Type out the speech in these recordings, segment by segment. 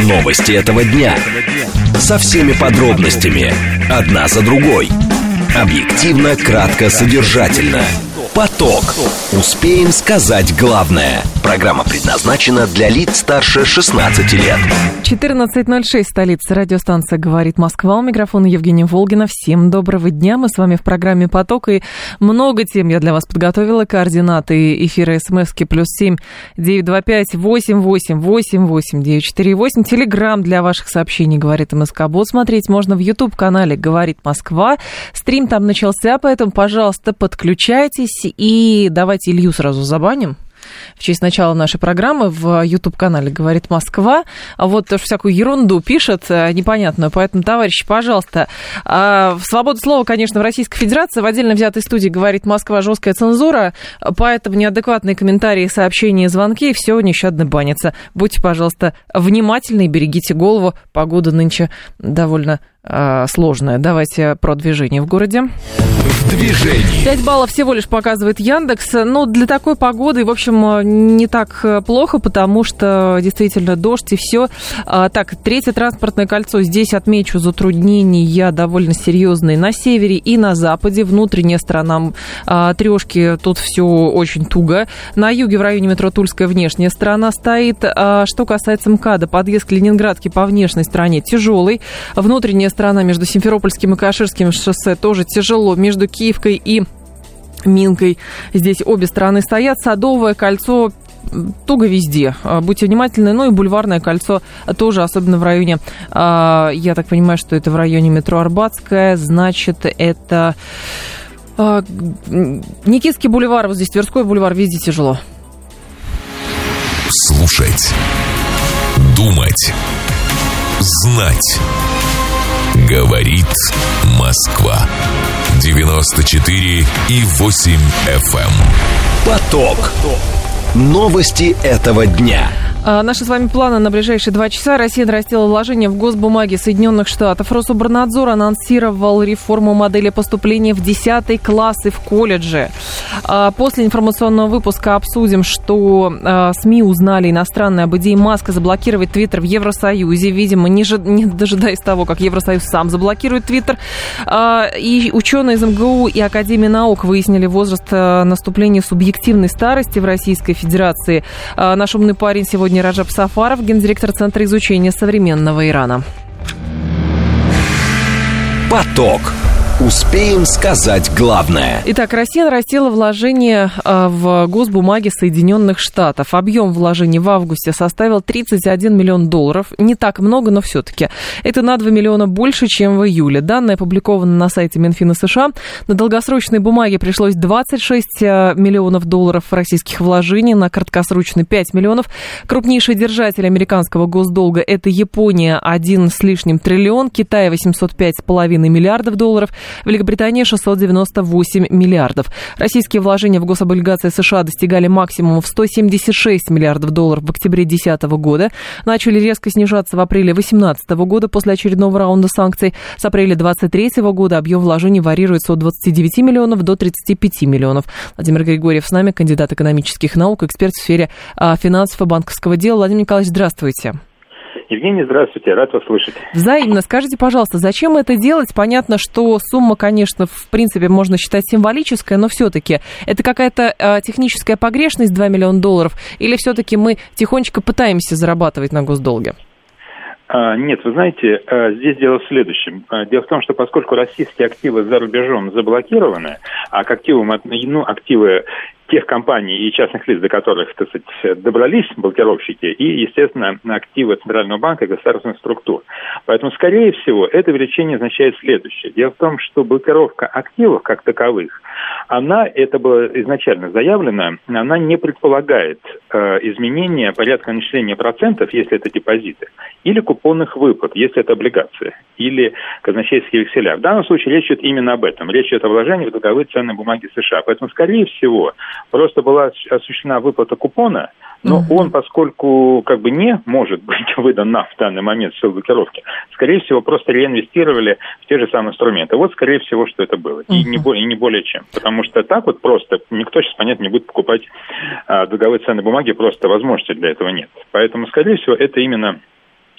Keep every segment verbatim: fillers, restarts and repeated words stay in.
Новости этого дня. Со всеми подробностями. Одна за другой. Объективно, кратко, содержательно. Поток. Успеем сказать главное. Программа предназначена для лиц старше шестнадцати лет. четырнадцать ноль шесть, столица, радиостанция «Говорит Москва». У микрофона Евгения Волгина. Всем доброго дня. Мы с вами в программе «Поток». И много тем я для вас подготовила. Координаты эфира СМСки плюс семь девять два пять восемь восемь восемь восемь девять четыре восемь. Телеграм для ваших сообщений «Говорит МСК-бот». Смотреть можно в YouTube-канале «Говорит Москва». Стрим там начался, поэтому, пожалуйста, подключайтесь. И давайте Илью сразу забаним в честь начала нашей программы в YouTube-канале «Говорит Москва». А вот всякую ерунду пишет непонятную. Поэтому, товарищи, пожалуйста, в свободу слова, конечно, в Российской Федерации в отдельно взятой студии «Говорит Москва» жесткая цензура, поэтому неадекватные комментарии, сообщения, звонки, все нещадно банится. Будьте, пожалуйста, внимательны и берегите голову. Погода нынче довольно сложная. Давайте про движение в городе. В движении. пять баллов всего лишь показывает Яндекс. Но для такой погоды, в общем, не так плохо, потому что действительно дождь и все. Так, третье транспортное кольцо. Здесь отмечу затруднения довольно серьезные на севере и на западе. Внутренняя сторона трешки, тут все очень туго. На юге в районе метро Тульская внешняя сторона стоит. Что касается МКАДа, подъезд к Ленинградке по внешней стороне тяжелый. Внутренняя сторона между Симферопольским и Каширским шоссе тоже тяжело. Между Киевкой и Минкой здесь обе стороны стоят. Садовое кольцо туго везде. Будьте внимательны. Ну и Бульварное кольцо тоже, особенно в районе, я так понимаю, что это в районе метро Арбатская, значит, это Никитский бульвар, вот здесь Тверской бульвар, везде тяжело. Слушать, думать, знать. Говорит Москва. девяносто четыре и восемь эф эм. Поток. Новости этого дня. Наши с вами планы на ближайшие два часа. Россия нарастила вложения в госбумаги Соединенных Штатов. Рособорнадзор анонсировал реформу модели поступления в десятый класс и в колледже. После информационного выпуска обсудим, что СМИ узнали иностранные об идее Маска заблокировать Твиттер в Евросоюзе. Видимо, не, же, не дожидаясь того, как Евросоюз сам заблокирует Твиттер. И ученые из эм гэ у и Академии наук выяснили возраст наступления субъективной старости в Российской Федерации. Наш умный парень сегодня Раджаб Сафаров, гендиректор Центра изучения современного Ирана. Поток. Успеем сказать главное. Итак, Россия нарастила вложения в госбумаги Соединенных Штатов. Объем вложений в августе составил тридцать один миллион долларов. Не так много, но все-таки. Это на два миллиона больше, чем в июле. Данные опубликованы на сайте Минфина США. На долгосрочные бумаги пришлось двадцать шесть миллионов долларов российских вложений, на краткосрочные пять миллионов. Крупнейший держатель американского госдолга – это Япония, один с лишним триллион, Китай восемьсот пять с половиной миллиардов долларов, Великобритания шестьсот девяносто восемь миллиардов. Российские вложения в гособлигации США достигали максимума в сто семьдесят шесть миллиардов долларов в октябре две тысячи десятого года. Начали резко снижаться в апреле две тысячи восемнадцатого года после очередного раунда санкций. С апреля две тысячи двадцать третьего года объем вложений варьируется от двадцати девяти миллионов до тридцати пяти миллионов. Владимир Григорьев с нами, кандидат экономических наук, эксперт в сфере финансов и банковского дела. Владимир Николаевич, здравствуйте. Евгений, здравствуйте, рад вас слышать. Взаимно. Скажите, пожалуйста, зачем это делать? Понятно, что сумма, конечно, в принципе, можно считать символическая, но все-таки это какая-то э, техническая погрешность, два миллиона долларов, или все-таки мы тихонечко пытаемся зарабатывать на госдолге? А, нет, вы знаете, здесь дело в следующем. Дело в том, что поскольку российские активы за рубежом заблокированы, а к активам, ну, активы тех компаний и частных лиц, до которых, так сказать, добрались блокировщики, и, естественно, активы Центрального банка и государственных структур. Поэтому, скорее всего, это увеличение означает следующее. Дело в том, что блокировка активов как таковых, она, это было изначально заявлено, она не предполагает э, изменения порядка начисления процентов, если это депозиты, или купонных выплат, если это облигации, или казначейские векселя. В данном случае речь идет именно об этом. Речь идет о вложении в долговые ценные бумаги США. Поэтому, скорее всего, просто была осуществлена выплата купона, но uh-huh. он, поскольку как бы не может быть выдан нам в данный момент в силу блокировки, скорее всего, просто реинвестировали в те же самые инструменты. Вот, скорее всего, что это было. Uh-huh. И, не более, и не более чем. Потому что так вот просто никто сейчас, понятно, не будет покупать а, долговые ценные бумаги, просто возможности для этого нет. Поэтому, скорее всего, это именно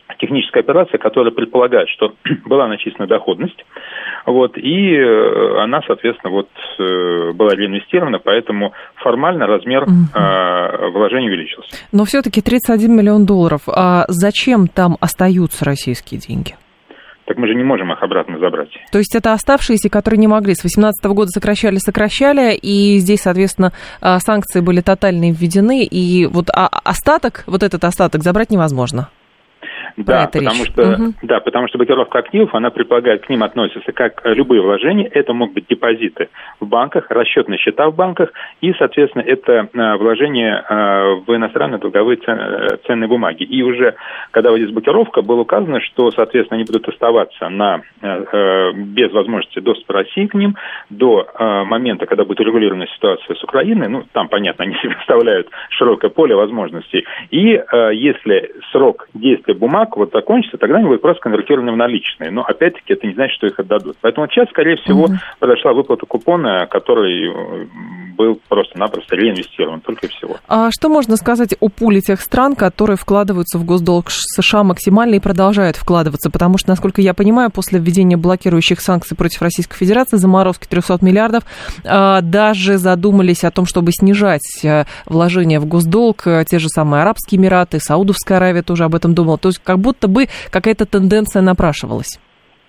техническая операция, которая предполагает, что была начислена доходность, вот, и она, соответственно, вот, была реинвестирована, поэтому формально размер uh-huh. вложений увеличился. Но все-таки тридцать один миллион долларов. А зачем там остаются российские деньги? Так мы же не можем их обратно забрать. То есть это оставшиеся, которые не могли. С две тысячи восемнадцатого года сокращали, сокращали, и здесь, соответственно, санкции были тотально введены, и вот остаток, вот этот остаток забрать невозможно. Да, потому что, угу. да, потому что блокировка активов, она предполагает, к ним относятся как любые вложения, это могут быть депозиты в банках, расчетные счета в банках, и, соответственно, это вложения в иностранные долговые ценные бумаги. И уже, когда вводится блокировка, было указано, что, соответственно, они будут оставаться на, без возможности доступа России к ним до момента, когда будет урегулирована ситуация с Украиной. Ну, там, понятно, они себе оставляют широкое поле возможностей. И если срок действия бумаг вот закончится, тогда они будут просто конвертированы в наличные. Но, опять-таки, это не значит, что их отдадут. Поэтому сейчас, скорее всего, mm-hmm. произошла выплата купона, который был просто-напросто реинвестирован, только и всего. А что можно сказать о пуле тех стран, которые вкладываются в госдолг США максимально и продолжают вкладываться? Потому что, насколько я понимаю, после введения блокирующих санкций против Российской Федерации, заморозки трехсот миллиардов, даже задумались о том, чтобы снижать вложения в госдолг. Те же самые Арабские Эмираты, Саудовская Аравия тоже об этом думала. То есть как будто бы какая-то тенденция напрашивалась.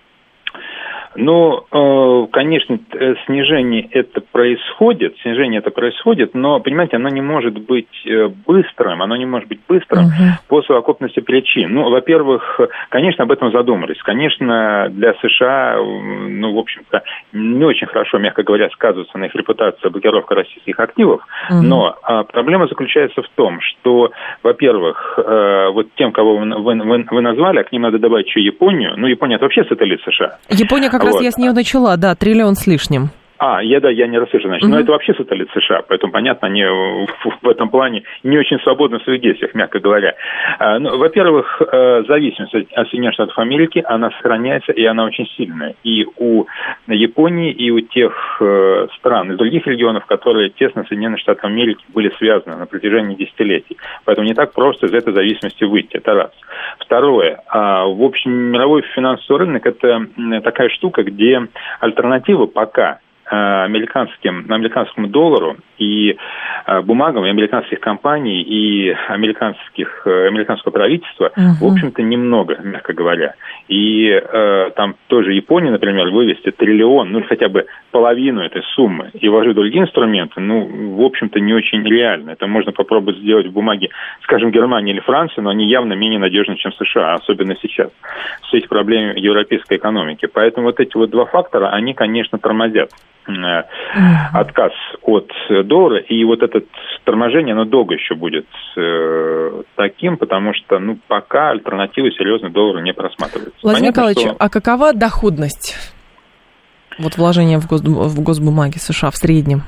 Ну, конечно, снижение это происходит, снижение это происходит, но, понимаете, оно не может быть быстрым, оно не может быть быстрым uh-huh. по совокупности причин. Ну, во-первых, конечно, об этом задумались. Конечно, для США, ну, в общем-то, не очень хорошо, мягко говоря, сказывается на их репутации блокировка российских активов, uh-huh. но а, проблема заключается в том, что, во-первых, а, вот тем, кого вы, вы, вы назвали, а к ним надо добавить еще Японию. Ну, Япония это вообще сателлит США. Япония как Как вот. раз я с нее начала, да, триллион с лишним. А, я, да, я не расслышал, значит, угу. но это вообще сателлит США, поэтому, понятно, они в, в этом плане не очень свободны в своих действиях, мягко говоря. А, ну, во-первых, зависимость от Соединенных Штатов Америки, она сохраняется, и она очень сильная. И у Японии, и у тех э, стран из других регионов, которые тесно с Соединенными Штатами Америки были связаны на протяжении десятилетий. Поэтому не так просто из этой зависимости выйти, это раз. Второе, а, в общем, мировой финансовый рынок – это такая штука, где альтернатива пока американским, американскому доллару и бумагам и американских компаний, и американских, американского правительства, uh-huh. в общем-то, немного, мягко говоря. И э, там тоже Япония, например, вывести триллион, ну, или хотя бы половину этой суммы и вложить в другие инструменты, ну, в общем-то, не очень реально. Это можно попробовать сделать в бумаге, скажем, Германии или Франции, но они явно менее надежны, чем США, особенно сейчас, с этих проблем европейской экономики. Поэтому вот эти вот два фактора, они, конечно, тормозят uh-huh. отказ от доллара, и вот это торможение, оно долго еще будет э, таким, потому что, ну, пока альтернативы серьезно доллару не просматриваются. Владимир Понятно, Николаевич, что... а какова доходность вот вложения в, гос... в госбумаги США в среднем?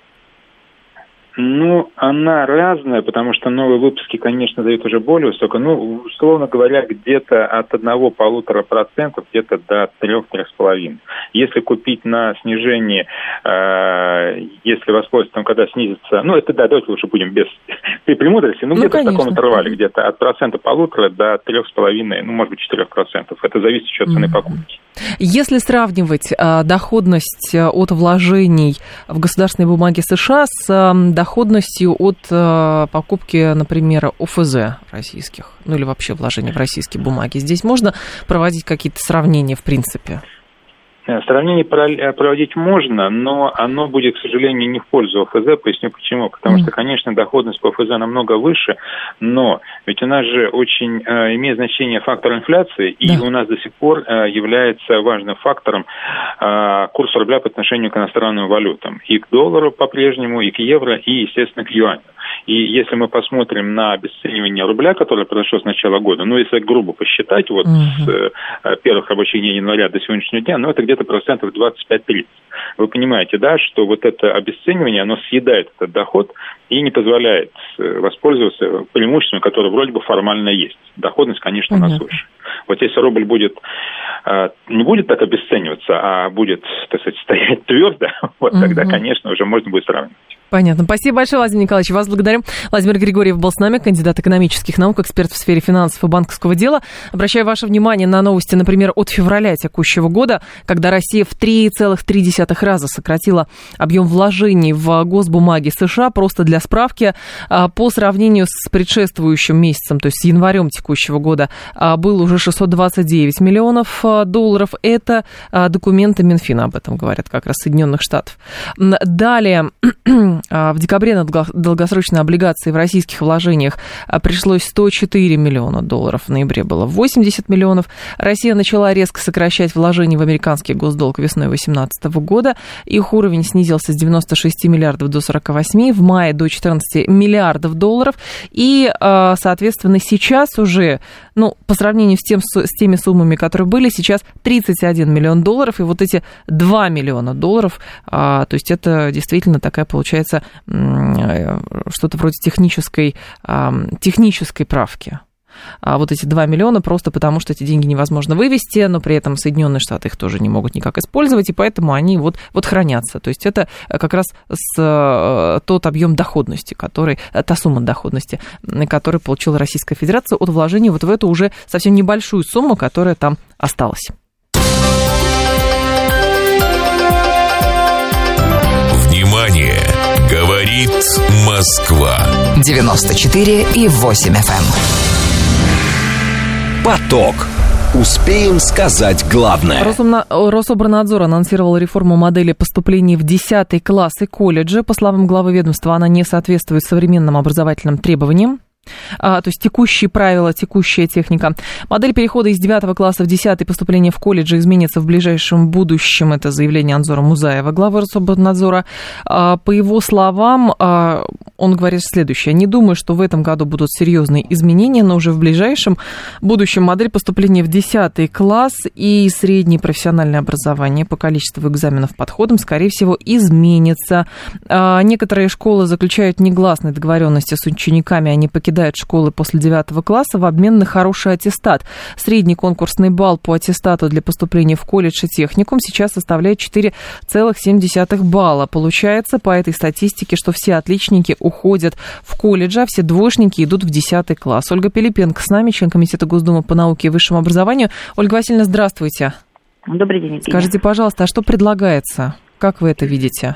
Ну, она разная, потому что новые выпуски, конечно, дают уже более высоко. Ну, условно говоря, где-то от одного-полутора процентов, где-то до трех-трех с половиной. Если купить на снижение, э, если воспользоваться, там, когда снизится, ну, это да, давайте лучше будем без премудрости, ну, ну, где-то конечно. В таком интервале, где-то от процента полутора до трех с половиной, ну, может быть, четырех процентов. Это зависит еще от цены mm-hmm. покупки. Если сравнивать э, доходность от вложений в государственные бумаги США с э, доходностью от э, покупки, например, ОФЗ российских, ну или вообще вложения в российские бумаги, здесь можно проводить какие-то сравнения в принципе? Сравнение проводить можно, но оно будет, к сожалению, не в пользу ОФЗ. Поясню почему. Потому что, конечно, доходность по ОФЗ намного выше, но ведь у нас же очень э, имеет значение фактор инфляции, и да. у нас до сих пор э, является важным фактором э, курс рубля по отношению к иностранным валютам. И к доллару по-прежнему, и к евро, и, естественно, к юаню. И если мы посмотрим на обесценивание рубля, которое произошло с начала года, ну, если грубо посчитать, вот uh-huh. с э, первых рабочих дней января до сегодняшнего дня, ну, это где-то процентов двадцать пять - тридцать. Вы понимаете, да, что вот это обесценивание, оно съедает этот доход и не позволяет воспользоваться преимуществом, которое вроде бы формально есть. Доходность, конечно, uh-huh. у нас выше. Вот если рубль будет, э, не будет так обесцениваться, а будет, так сказать, стоять твердо, вот uh-huh. тогда, конечно, уже можно будет сравнивать. Понятно. Спасибо большое, Владимир Николаевич. Вас благодарим. Владимир Григорьев был с нами, кандидат экономических наук, эксперт в сфере финансов и банковского дела. Обращаю ваше внимание на новости, например, от февраля текущего года, когда Россия в три целых три десятых раза сократила объем вложений в госбумаги США. Просто для справки, по сравнению с предшествующим месяцем, то есть с январем текущего года, было уже шестьсот двадцать девять миллионов долларов. Это документы Минфина об этом говорят, как раз Соединенных Штатов. Далее... В декабре на долгосрочные облигации в российских вложениях пришлось сто четыре миллиона долларов. В ноябре было восемьдесят миллионов. Россия начала резко сокращать вложения в американский госдолг весной две тысячи восемнадцатого года. Их уровень снизился с девяноста шести миллиардов до сорока восьми, в мае до четырнадцати миллиардов долларов. И, соответственно, сейчас уже, ну, по сравнению с, тем, с теми суммами, которые были, сейчас тридцать один миллион долларов. И вот эти два миллиона долларов, то есть это действительно такая, получается, что-то вроде технической, технической правки. А вот эти два миллиона просто потому, что эти деньги невозможно вывести, но при этом Соединенные Штаты их тоже не могут никак использовать, и поэтому они вот, вот хранятся. То есть это как раз с, тот объем доходности, который, та сумма доходности, которую получила Российская Федерация от вложений вот в эту уже совсем небольшую сумму, которая там осталась. Внимание! Говорит Москва. девяносто четыре и восемь эф эм. Поток. Успеем сказать главное. Росомна... Рособорнадзор анонсировал реформу модели поступления в десятый класс и колледжи. По словам главы ведомства, она не соответствует современным образовательным требованиям. А, то есть текущие правила, текущая техника. Модель перехода из девятого класса в десятый поступления в колледже изменится в ближайшем будущем. Это заявление Анзора Музаева, главы Рособорнадзора. А, по его словам, а, он говорит следующее. Не думаю, что в этом году будут серьезные изменения, но уже в ближайшем будущем модель поступления в десятый класс и среднее профессиональное образование по количеству экзаменов подходом, скорее всего, изменится. А, некоторые школы заключают негласные договоренности с учениками, они покидают школы после девятого класса в обмен на хороший аттестат. Средний конкурсный балл по аттестату для поступления в колледж и техникум сейчас составляет четыре целых семь десятых балла. Получается по этой статистике, что все отличники уходят в колледж, а все двоечники идут в десятый класс. Ольга Пилипенко с нами, член Комитета Госдумы по науке и высшему образованию. Ольга Васильевна, здравствуйте. Добрый день. Скажите, пожалуйста, а что предлагается? Как вы это видите?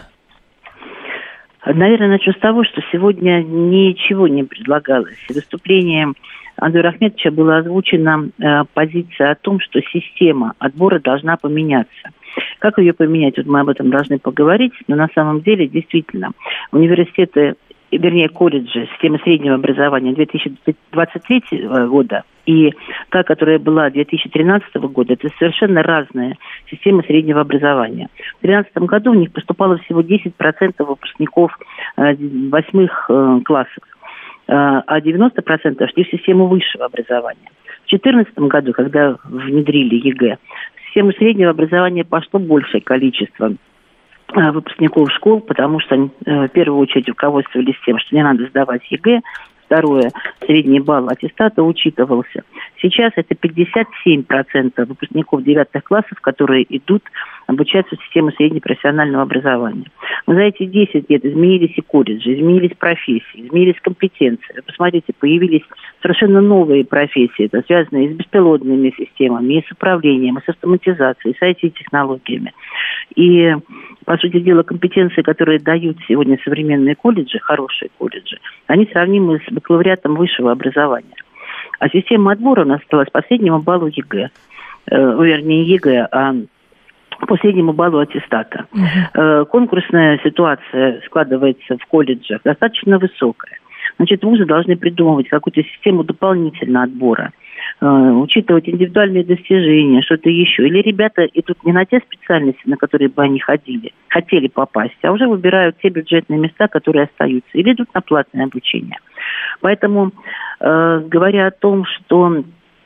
Наверное, начну с того, что сегодня ничего не предлагалось. Выступлением Андрея Ахметовича была озвучена э, позиция о том, что система отбора должна поменяться. Как ее поменять, вот мы об этом должны поговорить, но на самом деле, действительно, университеты, вернее, колледжи, система среднего образования две тысячи двадцать третьего года и та, которая была две тысячи тринадцатого года, это совершенно разные системы среднего образования. В две тысячи тринадцатом году в них поступало всего десять процентов выпускников восьмых э, классов, э, а девяносто процентов шли в систему высшего образования. В две тысячи четырнадцатом году, когда внедрили ЕГЭ, в систему среднего образования пошло большее количество выпускников школ, потому что они в первую очередь руководствовались тем, что не надо сдавать ЕГЭ. Второе, средний балл аттестата учитывался. Сейчас это пятьдесят семь процентов выпускников девятых классов, которые идут обучаться в систему среднепрофессионального образования. Но за эти десять лет изменились и колледжи, изменились профессии, изменились компетенции. Вы посмотрите, появились совершенно новые профессии, это связанные и с беспилотными системами, и с управлением, и с автоматизацией, и с ай ти-технологиями. И, по сути дела, компетенции, которые дают сегодня современные колледжи, хорошие колледжи, они сравнимы с бакалавриатом высшего образования. А система отбора у нас осталась по среднему баллу ЕГЭ. Э, вернее, ЕГЭ, а по среднему баллу аттестата. Uh-huh. Э, конкурсная ситуация складывается в колледжах достаточно высокая. Значит, вузы должны придумывать какую-то систему дополнительного отбора, э, учитывать индивидуальные достижения, что-то еще. Или ребята идут не на те специальности, на которые бы они ходили, хотели попасть, а уже выбирают те бюджетные места, которые остаются, или идут на платное обучение. Поэтому, э, говоря о том, что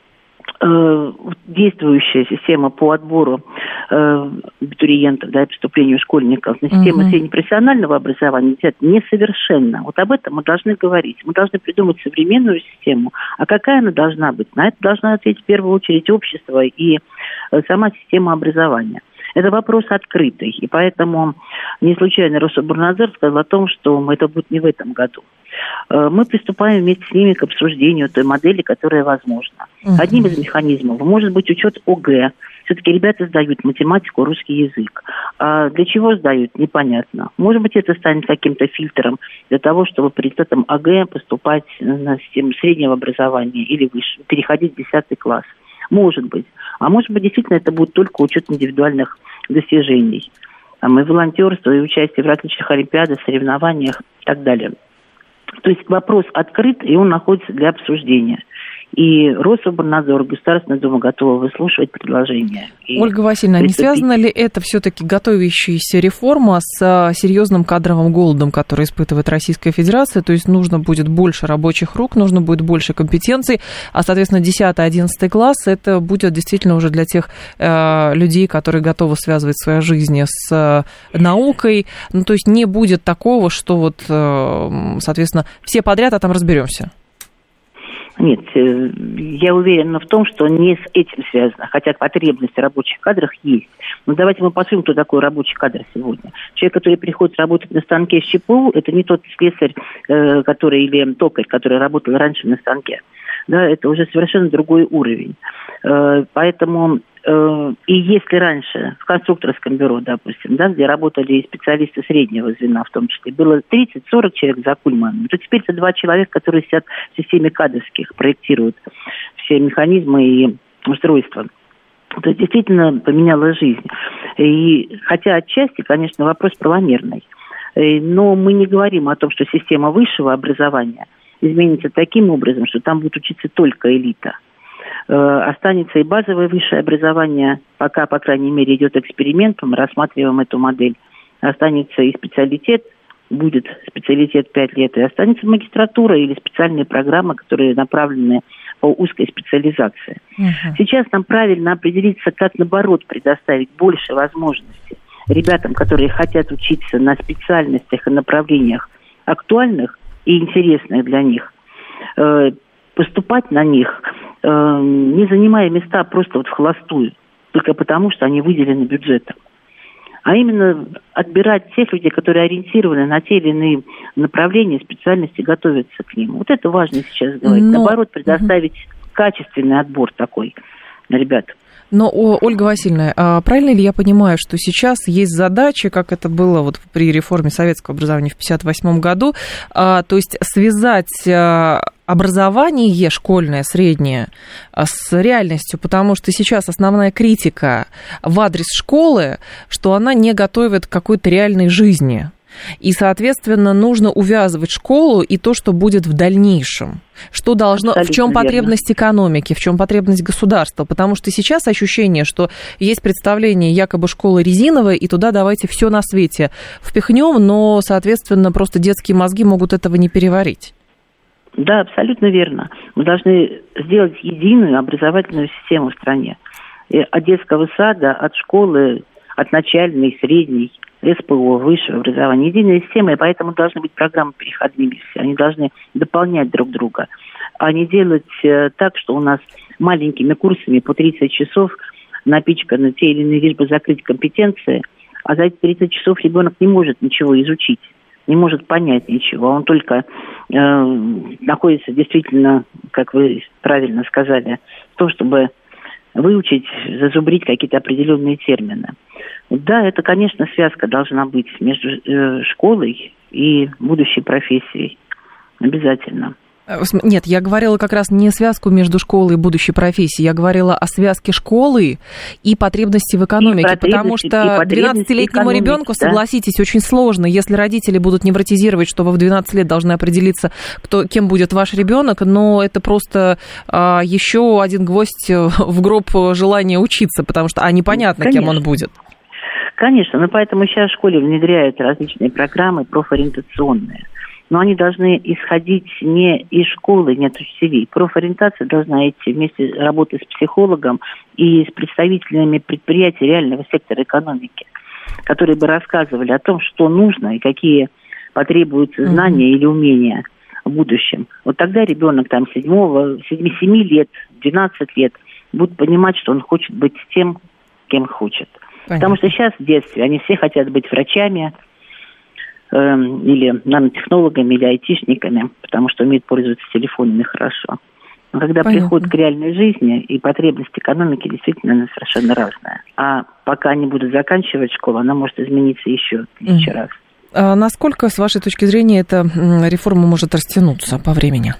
э, действующая система по отбору э, абитуриентов, да, и поступлению школьников на систему uh-huh. среднепрофессионального образования несовершенна. Вот об этом мы должны говорить. Мы должны придумать современную систему. А какая она должна быть? На это должна ответить в первую очередь общество и э, сама система образования. Это вопрос открытый, и поэтому не случайно Рособорнадзор сказал о том, что это будет не в этом году. Мы приступаем вместе с ними к обсуждению той модели, которая возможна. Uh-huh. Одним из механизмов может быть учет ОГЭ. Все-таки ребята сдают математику, русский язык. А для чего сдают, непонятно. Может быть, это станет каким-то фильтром для того, чтобы по результатам ОГЭ поступать на систему среднего образования или выше, переходить в десятый класс. Может быть. А может быть, действительно, это будет только учет индивидуальных достижений. Там и волонтерство, и участие в различных олимпиадах, соревнованиях и так далее. То есть вопрос открыт, и он находится для обсуждения. И Рособорнадзор, Государственная Дума готова выслушивать предложения. Ольга Васильевна, не связана ли это все-таки готовящаяся реформа с серьезным кадровым голодом, который испытывает Российская Федерация? То есть нужно будет больше рабочих рук, нужно будет больше компетенций, а, соответственно, десятый-одиннадцатый класс это будет действительно уже для тех э, людей, которые готовы связывать свои жизни с э, наукой. Ну, то есть не будет такого, что вот, э, соответственно, все подряд, а там разберемся. Нет, я уверена в том, что не с этим связано, хотя потребность в рабочих кадрах есть. Но давайте мы посмотрим, кто такой рабочий кадр сегодня. Человек, который приходит работать на станке с ЧПУ, это не тот слесарь, который, или токарь, который работал раньше на станке. Да, это уже совершенно другой уровень. Поэтому и если раньше в конструкторском бюро, допустим, да, где работали специалисты среднего звена, в том числе, было тридцать-сорок человек за кульманом, то теперь это два человека, которые сидят в системе кадровских, проектируют все механизмы и устройства. То есть действительно поменяла жизнь. И, хотя отчасти, конечно, вопрос правомерный. Но мы не говорим о том, что система высшего образования изменится таким образом, что там будет учиться только элита. Останется и базовое высшее образование, пока, по крайней мере, идет эксперимент, мы рассматриваем эту модель. Останется и специалитет, будет специалитет пять лет, и останется магистратура или специальные программы, которые направлены по узкой специализации. Uh-huh. Сейчас нам правильно определиться, как, наоборот, предоставить больше возможностей ребятам, которые хотят учиться на специальностях и направлениях актуальных и интересных для них, поступать на них, не занимая места просто вот вхолостую, только потому, что они выделены бюджетом. А именно отбирать тех людей, которые ориентированы на те или иные направления, специальности, готовятся к ним. Вот это важно сейчас говорить. Но... Наоборот, предоставить угу. качественный отбор такой, ребят. Но, Ольга Васильевна, правильно ли я понимаю, что сейчас есть задача, как это было вот при реформе советского образования в пятьдесят восьмом году, то есть связать образование школьное, среднее, с реальностью, потому что сейчас основная критика в адрес школы, что она не готовит к какой-то реальной жизни. И, соответственно, нужно увязывать школу и то, что будет в дальнейшем. Что должно, в чем потребность верно. Экономики, в чем потребность государства. Потому что сейчас ощущение, что есть представление, якобы школа резиновая, и туда давайте все на свете впихнем, но, соответственно, просто детские мозги могут этого не переварить. Да, абсолютно верно. Мы должны сделать единую образовательную систему в стране. И от детского сада, от школы, от начальной, средней, СПО, высшего образования, единая система, и поэтому должны быть программы переходными все. Они должны дополнять друг друга, а не делать э, так, что у нас маленькими курсами по тридцать часов напичканы те или иные, лишь бы закрыть компетенции, а за эти тридцать часов ребенок не может ничего изучить, не может понять ничего. Он только э, находится действительно, как вы правильно сказали, в том, чтобы выучить, зазубрить какие-то определенные термины. Да, это, конечно, связка должна быть между э, школой и будущей профессией. Обязательно. Нет, я говорила как раз не связку между школой и будущей профессией, я говорила о связке школы и потребностей в экономике, потому что двенадцатилетнему ребенку, да? Согласитесь, очень сложно, если родители будут невротизировать, что вы в двенадцать лет должны определиться, кто, кем будет ваш ребенок, но это просто а, еще один гвоздь в гроб желания учиться, потому что а непонятно, конечно, кем он будет. Конечно, но поэтому сейчас в школе внедряют различные программы профориентационные. Но они должны исходить не из школы, не от учителей. Профориентация должна идти вместе работы с психологом и с представителями предприятий реального сектора экономики, которые бы рассказывали о том, что нужно и какие потребуются знания mm-hmm. или умения в будущем. Вот тогда ребенок там седьмого, семи лет, двенадцати лет будет понимать, что он хочет быть тем, кем хочет. Понятно. Потому что сейчас в детстве они все хотят быть врачами, э, или нанотехнологами, или айтишниками, потому что умеют пользоваться телефонами хорошо. Но когда Понятно. Приходят к реальной жизни, и потребность экономики действительно она совершенно разная. А пока они будут заканчивать школу, она может измениться еще тысячу mm. раз. А насколько, с вашей точки зрения, эта реформа может растянуться по времени?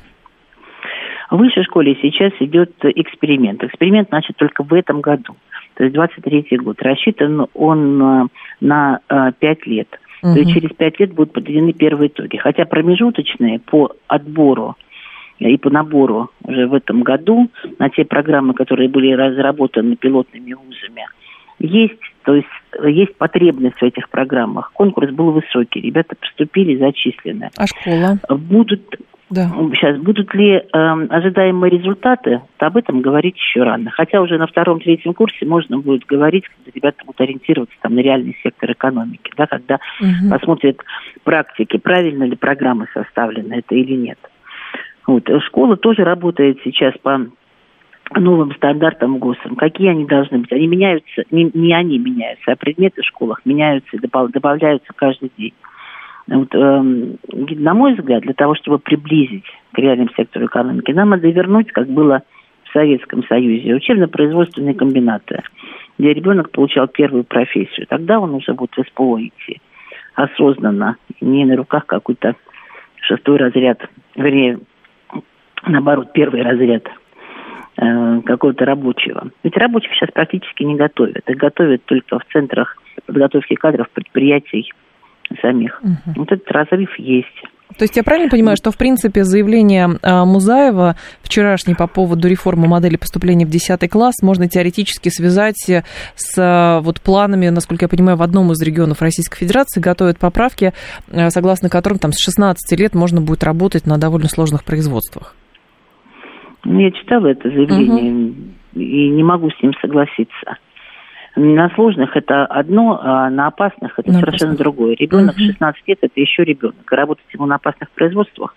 В высшей школе сейчас идет эксперимент. Эксперимент начат только в этом году, то есть двадцать третий год. Рассчитан он на пять лет. Uh-huh. То есть через пять лет будут подведены первые итоги. Хотя промежуточные по отбору и по набору уже в этом году на те программы, которые были разработаны пилотными вузами, есть, то есть есть потребность в этих программах. Конкурс был высокий, ребята поступили, зачислены. А школа? Будут, да. Сейчас, будут ли э, ожидаемые результаты, то об этом говорить еще рано. Хотя уже на втором-третьем курсе можно будет говорить, когда ребята будут ориентироваться там, на реальный сектор экономики, да, когда угу. посмотрят практики, правильно ли программы составлены, это или нет. Вот. Школа тоже работает сейчас по новым стандартам ГОСам. Какие они должны быть? Они меняются, не, не они меняются, а предметы в школах меняются и добавляются каждый день. Вот, э, на мой взгляд, для того, чтобы приблизить к реальному сектору экономики, нам надо вернуть, как было в Советском Союзе, учебно-производственные комбинаты, где ребенок получал первую профессию. Тогда он уже будет в СПО идти осознанно, не на руках какой-то шестой разряд, вернее, наоборот, первый разряд э, какого-то рабочего. Ведь рабочих сейчас практически не готовят. Их готовят только в центрах подготовки кадров предприятий самих. Угу. Вот этот разрыв есть. То есть я правильно понимаю, что, в принципе, заявление Музаева вчерашнее по поводу реформы модели поступления в десятый класс можно теоретически связать с вот планами, насколько я понимаю, в одном из регионов Российской Федерации готовят поправки, согласно которым там с шестнадцати лет можно будет работать на довольно сложных производствах? Ну, я читала это заявление угу. и не могу с ним согласиться. На сложных это одно, а на опасных это на совершенно опасных. Другое. Ребенок угу. шестнадцать лет это еще ребенок. И работать ему на опасных производствах,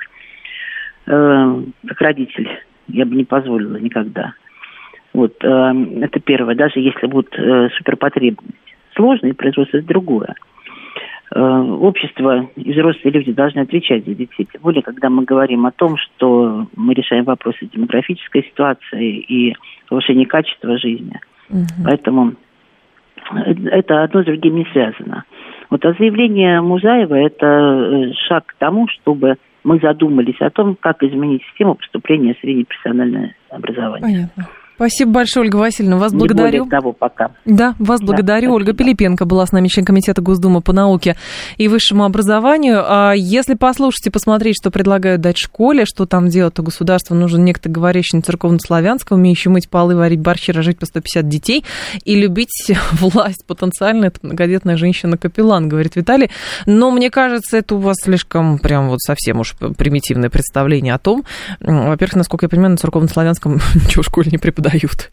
э, как родитель, я бы не позволила никогда. Вот, э, это первое. Даже если будет э, суперпотребность. Сложные производства это другое. Э, общество и взрослые люди должны отвечать за детей. Тем более, когда мы говорим о том, что мы решаем вопросы демографической ситуации и повышения качества жизни. Угу. Поэтому это одно с другим не связано. Вот а заявление Музаева – это шаг к тому, чтобы мы задумались о том, как изменить систему поступления в среднее профессиональное образование. Понятно. Спасибо большое, Ольга Васильевна. Вас Не благодарю. Более того, пока. Да, вас да, благодарю. Спасибо. Ольга Пилипенко была с нами, член комитета Госдумы по науке и высшему образованию. Если послушать и посмотреть, что предлагают дать школе, что там делать, то государству нужен некто, говорящий на церковно-славянском, умеющий мыть полы, варить борщи, рожать по сто пятьдесят детей и любить власть потенциально. Это многодетная женщина-капеллан, говорит Виталий. Но мне кажется, это у вас слишком прям вот совсем уж примитивное представление о том. Во-первых, насколько я понимаю, на церковно-славянском ничего в школе не преподают.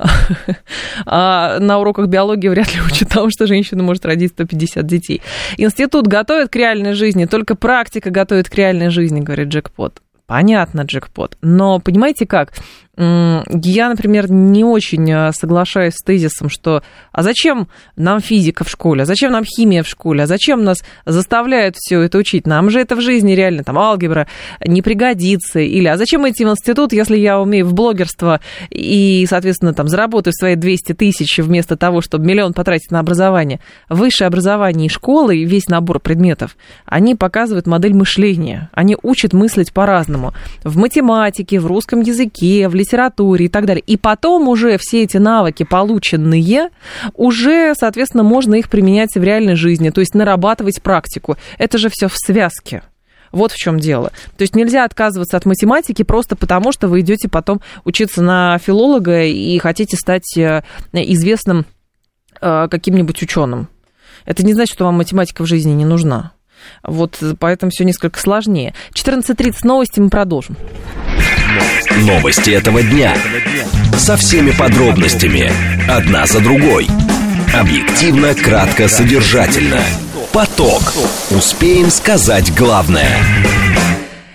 А на уроках биологии вряд ли учат тому, что женщина может родить сто пятьдесят детей. Институт готовит к реальной жизни, только практика готовит к реальной жизни, говорит Джекпот. Понятно, Джекпот. Но понимаете как? Я, например, не очень соглашаюсь с тезисом, что а зачем нам физика в школе, а зачем нам химия в школе, а зачем нас заставляют все это учить? Нам же это в жизни реально, там, алгебра не пригодится. Или а зачем идти в институт, если я умею в блогерство и, соответственно, там, заработаю свои двести тысяч вместо того, чтобы миллион потратить на образование? Высшее образование и школы, и весь набор предметов, они показывают модель мышления. Они учат мыслить по-разному. В математике, в русском языке, в литературе и так далее. И потом уже все эти навыки, полученные, уже, соответственно, можно их применять в реальной жизни, то есть нарабатывать практику. Это же все в связке. Вот в чем дело. То есть нельзя отказываться от математики просто потому, что вы идете потом учиться на филолога и хотите стать известным каким-нибудь ученым. Это не значит, что вам математика в жизни не нужна. Вот поэтому все несколько сложнее. четырнадцать тридцать новости, мы продолжим. Новости этого дня. Со всеми подробностями. Одна за другой. Объективно, кратко, содержательно. Поток. Успеем сказать главное.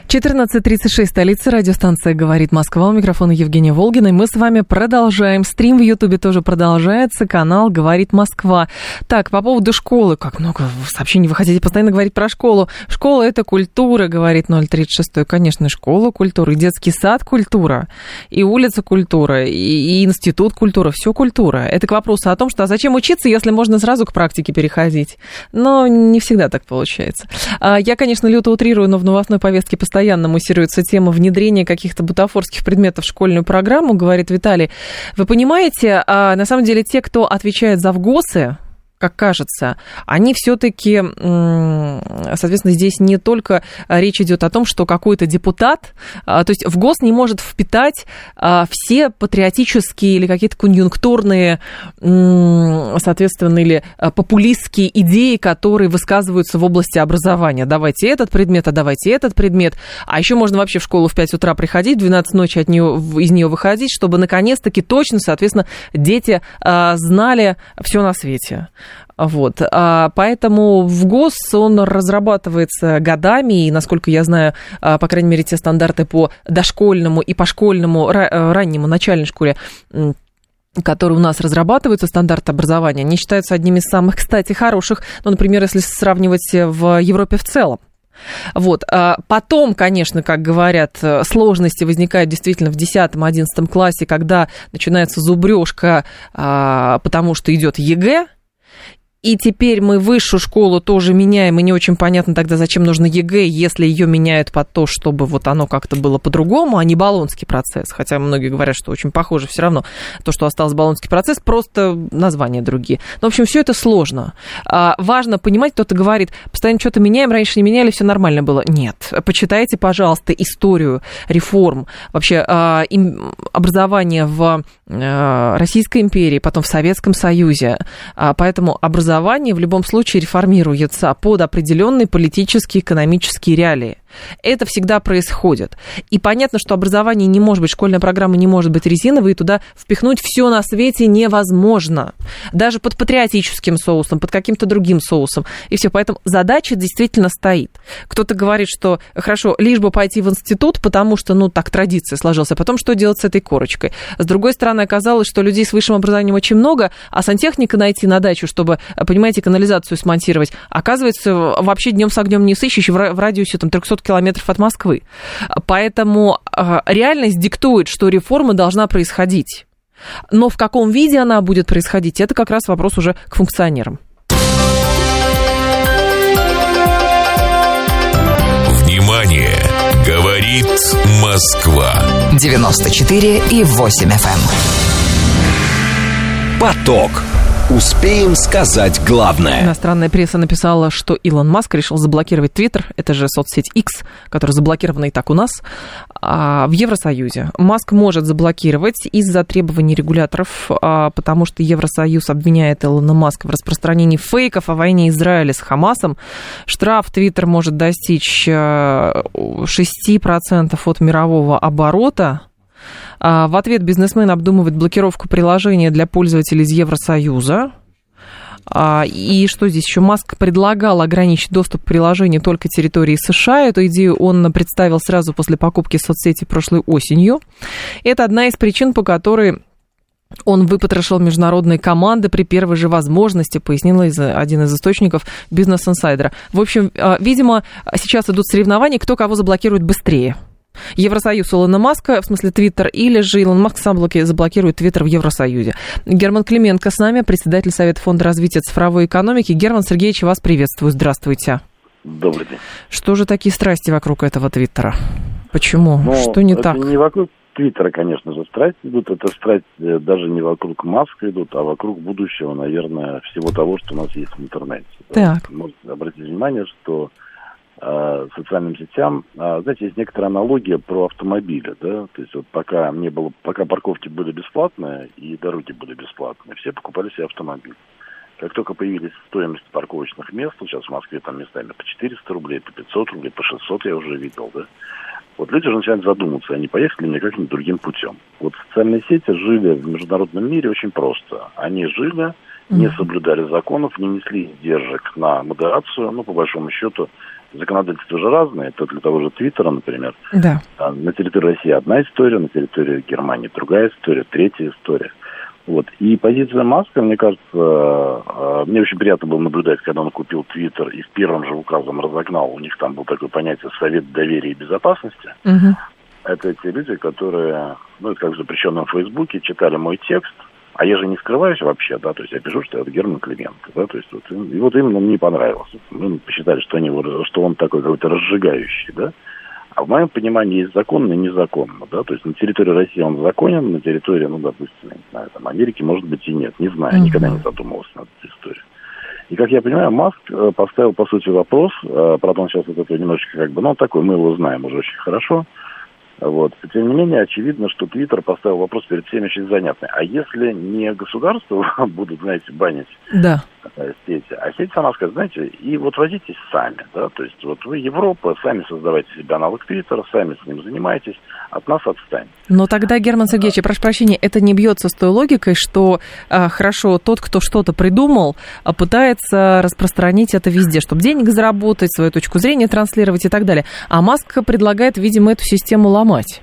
четырнадцать тридцать шесть, столица, радиостанция «Говорит Москва». У микрофона Евгения Волгина. И мы с вами продолжаем. Стрим в Ютубе тоже продолжается. Канал «Говорит Москва». Так, по поводу школы. Как много сообщений вы хотите постоянно говорить про школу. Школа – это культура, говорит ноль тридцать шесть. Конечно, школа – культура. И детский сад – культура. И улица – культура. И, и институт – культура. Все культура. Это к вопросу о том, что а зачем учиться, если можно сразу к практике переходить. Но не всегда так получается. Я, конечно, люто утрирую, но в новостной повестке постоянно Постоянно муссируется тема внедрения каких-то бутафорских предметов в школьную программу, говорит Виталий. Вы понимаете, на самом деле те, кто отвечает за ВГОСы, как кажется, они все-таки, соответственно, здесь не только речь идет о том, что какой-то депутат, то есть ВГОС не может впитать все патриотические или какие-то конъюнктурные, соответственно, или популистские идеи, которые высказываются в области образования. Давайте этот предмет, а давайте этот предмет. А еще можно вообще в школу в пять утра приходить, в двенадцать ночи от нее, из нее выходить, чтобы наконец-таки точно, соответственно, дети знали все на свете. Вот. Поэтому ВГОС, он разрабатывается годами, и, насколько я знаю, по крайней мере, те стандарты по дошкольному и по школьному, раннему, начальной школе, которые у нас разрабатываются, стандарты образования, они считаются одними из самых, кстати, хороших, ну, например, если сравнивать в Европе в целом. Вот. Потом, конечно, как говорят, сложности возникают действительно в десятом-одиннадцатом классе, когда начинается зубрежка, потому что идет ЕГЭ. И теперь мы высшую школу тоже меняем, и не очень понятно тогда, зачем нужно ЕГЭ, если ее меняют под то, чтобы вот оно как-то было по-другому, а не болонский процесс. Хотя многие говорят, что очень похоже все равно. То, что осталось болонский процесс, просто названия другие. Но, в общем, все это сложно. А, важно понимать, кто-то говорит, постоянно что-то меняем, раньше не меняли, все нормально было. Нет. Почитайте, пожалуйста, историю реформ, вообще а, им, образование в а, Российской империи, потом в Советском Союзе. А, поэтому образование Образование в любом случае реформируется под определенные политические, экономические реалии. Это всегда происходит. И понятно, что образование не может быть, школьная программа не может быть резиновой, и туда впихнуть все на свете невозможно. Даже под патриотическим соусом, под каким-то другим соусом. И все. Поэтому задача действительно стоит. Кто-то говорит, что хорошо, лишь бы пойти в институт, потому что, ну, так традиция сложилась. А потом что делать с этой корочкой? С другой стороны, оказалось, что людей с высшим образованием очень много, а сантехника найти на дачу, чтобы, понимаете, канализацию смонтировать, оказывается, вообще днем с огнем не сыщешь в радиусе там триста километров от Москвы. Поэтому реальность диктует, что реформа должна происходить. Но в каком виде она будет происходить, это как раз вопрос уже к функционерам. Внимание! Говорит Москва. девяносто четыре и восемь эф эм. Поток. Успеем сказать главное. Иностранная пресса написала, что Илон Маск решил заблокировать Твиттер, это же соцсеть X, которая заблокирована и так у нас, в Евросоюзе. Маск может заблокировать из-за требований регуляторов, потому что Евросоюз обвиняет Илона Маска в распространении фейков о войне Израиля с Хамасом. Штраф Твиттер может достичь шесть процентов от мирового оборота. В ответ бизнесмен обдумывает блокировку приложения для пользователей из Евросоюза. И что здесь еще? Маск предлагал ограничить доступ к приложению только территории США. Эту идею он представил сразу после покупки соцсети прошлой осенью. Это одна из причин, по которой он выпотрошил международные команды при первой же возможности, пояснил один из источников Business Insider. В общем, видимо, сейчас идут соревнования, кто кого заблокирует быстрее. Евросоюз Илона Маска, в смысле Твиттер, или же Илон Маск сам заблокирует Твиттер в Евросоюзе. Герман Клименко с нами, председатель Совета фонда развития цифровой экономики. Герман Сергеевич, вас приветствую. Здравствуйте. Добрый день. Что же такие страсти вокруг этого Твиттера? Почему? Ну, что не это так? Не вокруг Твиттера, конечно же, страсти идут. Это страсти даже не вокруг Маска идут, а вокруг будущего, наверное, всего того, что у нас есть в интернете. Так. Можно обратить внимание, что социальным сетям, знаете, есть некоторая аналогия про автомобили, да, то есть вот пока не было, пока парковки были бесплатные и дороги были бесплатные, все покупали себе автомобиль. Как только появились стоимость парковочных мест, сейчас в Москве там местами по четыреста рублей, по пятьсот рублей, по шестьсот я уже видел, да, вот люди уже начинают задуматься, они поехали мне как-нибудь другим путем. Вот социальные сети жили в международном мире очень просто. Они жили, не соблюдали законов, не несли издержек на модерацию, ну, по большому счету, законодательства же разные, то для того же Твиттера, например. Да. На территории России одна история, на территории Германии другая история, третья история. Вот. И позиция Маска, мне кажется, мне очень приятно было наблюдать, когда он купил Твиттер и в первом же указом разогнал, у них там было такое понятие Совет доверия и безопасности. Угу. Это те люди, которые, ну, это как запрещенном в Фейсбуке, читали мой текст, а я же не скрываюсь вообще, да, то есть я пишу, что это Герман Клименко, да, то есть вот, и вот именно мне не понравилось. Мы посчитали, что, они, что он такой какой-то разжигающий, да. А в моем понимании есть законно и незаконно, да, то есть на территории России он законен, на территории, ну, допустим, я не знаю, там, Америки, может быть, и нет, не знаю, uh-huh. никогда не задумывался над этой историей. И, как я понимаю, Маск поставил, по сути, вопрос, правда, он сейчас вот это немножечко как бы, ну, такой, мы его знаем уже очень хорошо, вот. Тем не менее, очевидно, что Твиттер поставил вопрос перед всеми очень занятный. А если не государство будут, знаете, банить да. сети, а сеть сама скажет, знаете, и вот возитесь сами, да, то есть вот вы Европа, сами создавайте себе аналог Твиттера, сами с ним занимаетесь, от нас отстаньте. Но тогда, Герман Сергеевич, я прошу прощения, это не бьется с той логикой, что а, хорошо, тот, кто что-то придумал, а, пытается распространить это везде, чтобы денег заработать, свою точку зрения транслировать и так далее. А Маск предлагает, видимо, эту систему ломать.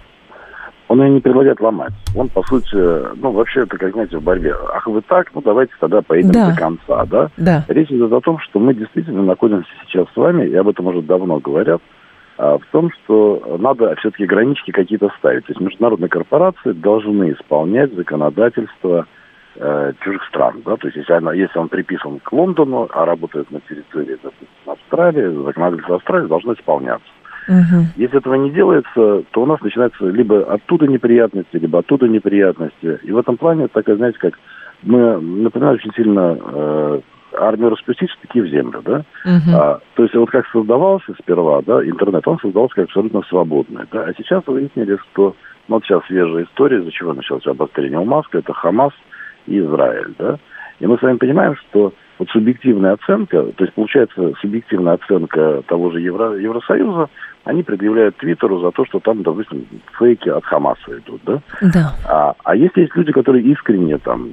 Он ее не предлагает ломать. Он, по сути, ну, вообще, это, как, знаете, в борьбе. Ах, вы так, ну, давайте тогда поедем да. до конца, да? да? Речь идет о том, что мы действительно находимся сейчас с вами, и об этом уже давно говорят, в том, что надо все-таки гранички какие-то ставить. То есть международные корпорации должны исполнять законодательство э, чужих стран, да? То есть если, она, если он приписан к Лондону, а работает на территории, допустим, Австралии, законодательство Австралии должно исполняться. Угу. Если этого не делается, то у нас начинаются либо оттуда неприятности, либо оттуда неприятности. И в этом плане это такая, знаете, как мы, например, очень сильно э, армию распустить, штыки в землю, да? Uh-huh. А, то есть вот как создавался сперва, да, интернет, он создавался как абсолютно свободный, да? А сейчас выяснили, что, ну, вот сейчас свежая история, из-за чего началось обострение у Маска, это Хамас и Израиль, да? И мы с вами понимаем, что вот субъективная оценка, то есть получается субъективная оценка того же Евро, Евросоюза, они предъявляют Твиттеру за то, что там, допустим, фейки от Хамаса идут, да? Да. А, а если есть люди, которые искренне там,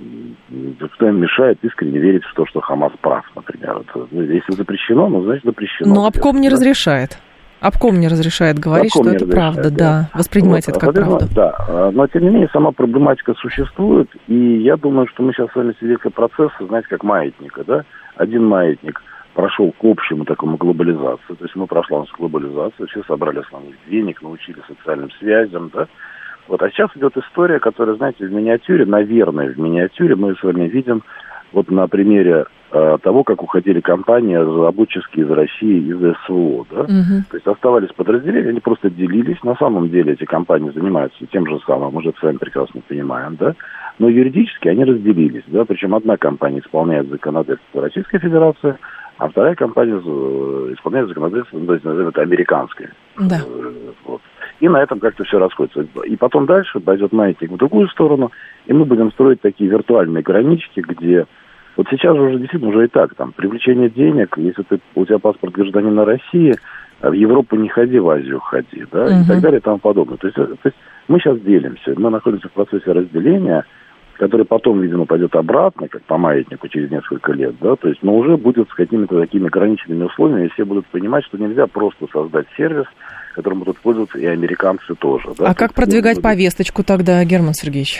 кто им мешает искренне верить в то, что Хамас прав, например. Это, если запрещено, ну, значит, запрещено. Но обком не да? разрешает. Обком не разрешает говорить, обком что это правда, да, да. Воспринимать вот, это как правду. Да, но тем не менее сама проблематика существует, и я думаю, что мы сейчас с вами свидетели процесса, знаете, как маятника, да? Один маятник прошел к общему такому глобализации, то есть мы прошла у нас глобализация, все собрали основных денег, научились социальным связям, да? Вот, а сейчас идет история, которая, знаете, в миниатюре, наверное, в миниатюре мы с вами видим вот на примере э, того, как уходили компании разработческие из России, из СВО, да? Uh-huh. То есть оставались подразделения, они просто делились. На самом деле эти компании занимаются тем же самым, мы же с вами прекрасно понимаем, да? Но юридически они разделились, да? Причем одна компания исполняет законодательство Российской Федерации, а вторая компания исполняет законодательство, ну, то есть, назовем это, американское. Да. Вот. И на этом как-то все расходится. И потом дальше пойдет маятник в другую сторону, и мы будем строить такие виртуальные гранички, где вот сейчас же уже действительно уже и так, там, привлечение денег, если ты, у тебя паспорт гражданина России, в Европу не ходи, в Азию ходи, да, uh-huh. и так далее и тому подобное. То есть, то есть мы сейчас делимся, мы находимся в процессе разделения, который потом, видимо, пойдет обратно, как по маятнику через несколько лет, да, то есть, но уже будет с какими-то такими ограниченными условиями, и все будут понимать, что нельзя просто создать сервис, которым будут пользоваться и американцы тоже. Да? А как продвигать повесточку тогда, Герман Сергеевич?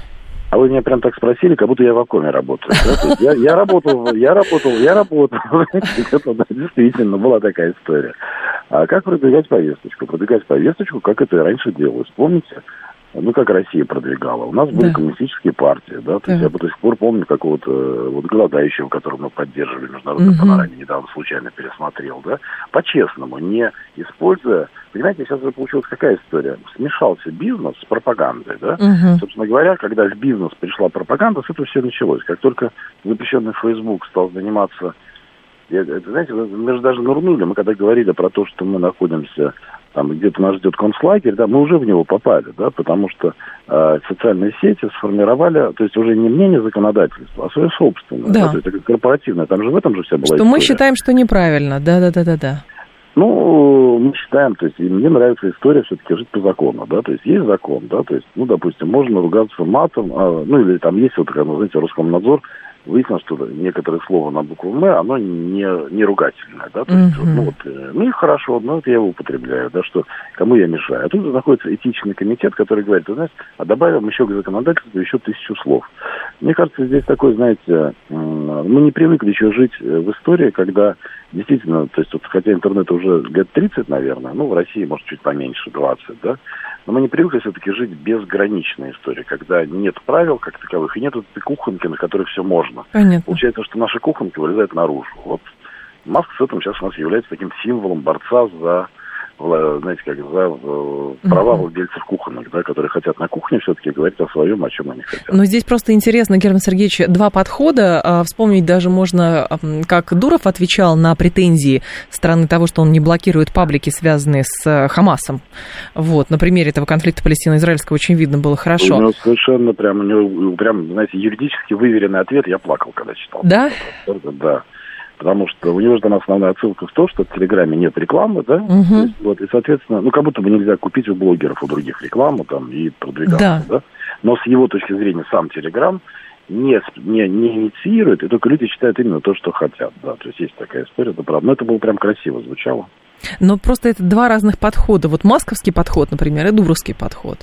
А вы меня прям так спросили, как будто я в Акоме работаю. Да? Я, я работал, я работал, я работал. Это действительно была такая история. А как продвигать повесточку? Продвигать повесточку, как это и раньше делалось. Помните? Ну, как Россия продвигала. У нас были да. коммунистические партии, да, то да. есть я до сих пор помню какого-то вот голодающего, которого мы поддерживали в международной угу. панораме, недавно случайно пересмотрел, да, по-честному, не используя, понимаете, сейчас уже получилась какая история, смешался бизнес с пропагандой, да, угу. собственно говоря, когда в бизнес пришла пропаганда, с этого все началось, как только запрещенный Facebook стал заниматься, это, знаете, мы же даже нырнули, мы когда говорили про то, что мы находимся там где-то нас ждет концлагерь, да, мы уже в него попали, да, потому что э, социальные сети сформировали, то есть уже не мнение законодательства, а свое собственное, да. Да, то есть это корпоративное, там же в этом же вся была что история. Мы считаем, что неправильно, да-да-да-да-да. Ну, мы считаем, то есть, и мне нравится история все-таки жить по закону, да, то есть, есть закон, да, то есть, ну, допустим, можно ругаться матом, а, ну, или там есть вот, ну, знаете, Роскомнадзор, выяснилось, что некоторые слова на букву «М», оно не, не ругательное, да, то есть, uh-huh. ну, вот, ну, и хорошо, ну, вот я его употребляю, да, что, кому я мешаю. А тут находится этичный комитет, который говорит, ты знаешь, а добавим еще к законодательству еще тысячу слов. Мне кажется, здесь такой, знаете, мы не привыкли еще жить в истории, когда действительно, то есть, вот, хотя интернет уже лет тридцать, наверное, ну, в России, может, чуть поменьше, двадцать, да, но мы не привыкли все-таки жить безграничной историей, когда нет правил как таковых, и нет этой кухонки, на которой все можно. Понятно. Получается, что наши кухонки вылезают наружу. Вот Маск с этим сейчас у нас является таким символом борца за, знаете, как за права владельцев кухонок, да, которые хотят на кухне все-таки говорить о своем, о чем они хотят. Но здесь просто интересно, Герман Сергеевич, два подхода. Вспомнить даже можно, как Дуров отвечал на претензии стороны того, что он не блокирует паблики, связанные с Хамасом. Вот, на примере этого конфликта палестино-израильского очень видно было хорошо. У него совершенно прям, у него прям, знаете, юридически выверенный ответ. Я плакал, когда читал. Да? Да. Потому что у него же там основная отсылка в то, что в Телеграме нет рекламы, да? Угу. То есть, вот, и, соответственно, ну, как будто бы нельзя купить у блогеров, у других рекламу там и продвигаться, да? да? Но с его точки зрения сам Телеграм не, не, не инициирует, и только люди читают именно то, что хотят, да? То есть есть такая история, это правда. Но это было прям красиво звучало. Но просто это два разных подхода. Вот масковский подход, например, и дуровский подход.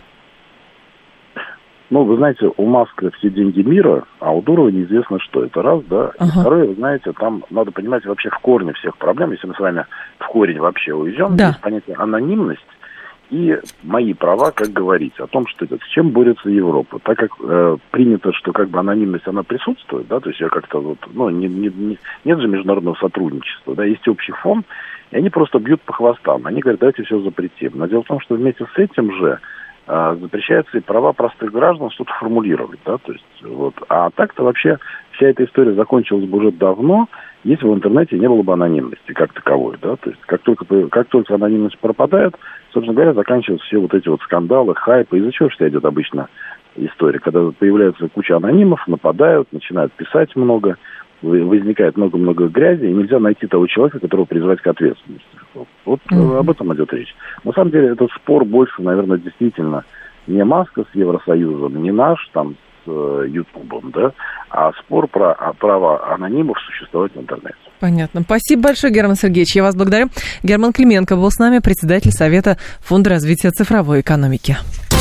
Ну, вы знаете, у Маска все деньги мира, а у Дурова неизвестно что. Это раз, да. И ага. второе, вы знаете, там надо понимать вообще в корне всех проблем. Если мы с вами в корень вообще уйдем, да. есть понятие анонимность и мои права, как говорить, о том, что это, с чем борется Европа. Так как э, принято, что как бы анонимность, она присутствует, да, то есть я как-то вот, ну, не, не, не, нет же международного сотрудничества, да, есть общий фонд, и они просто бьют по хвостам. Они говорят, давайте все запретим. Но дело в том, что вместе с этим же запрещается и права простых граждан что-то формулировать, да, то есть, вот, а так-то вообще вся эта история закончилась бы уже давно, если в интернете не было бы анонимности как таковой, да, то есть, как только, как только анонимность пропадает, собственно говоря, заканчиваются все вот эти вот скандалы, хайпы, из-за чего что идет обычно история, когда появляется куча анонимов, нападают, начинают писать много, возникает много-много грязи, и нельзя найти того человека, которого призвать к ответственности. Вот, вот mm-hmm. об этом идет речь. На самом деле этот спор больше, наверное, действительно не Маска с Евросоюзом, не наш там с э, Ютубом, да, а спор про а, право анонимов существовать в интернете. Понятно. Спасибо большое, Герман Сергеевич. Я вас благодарю. Герман Клименко был с нами, председатель Совета Фонда развития цифровой экономики.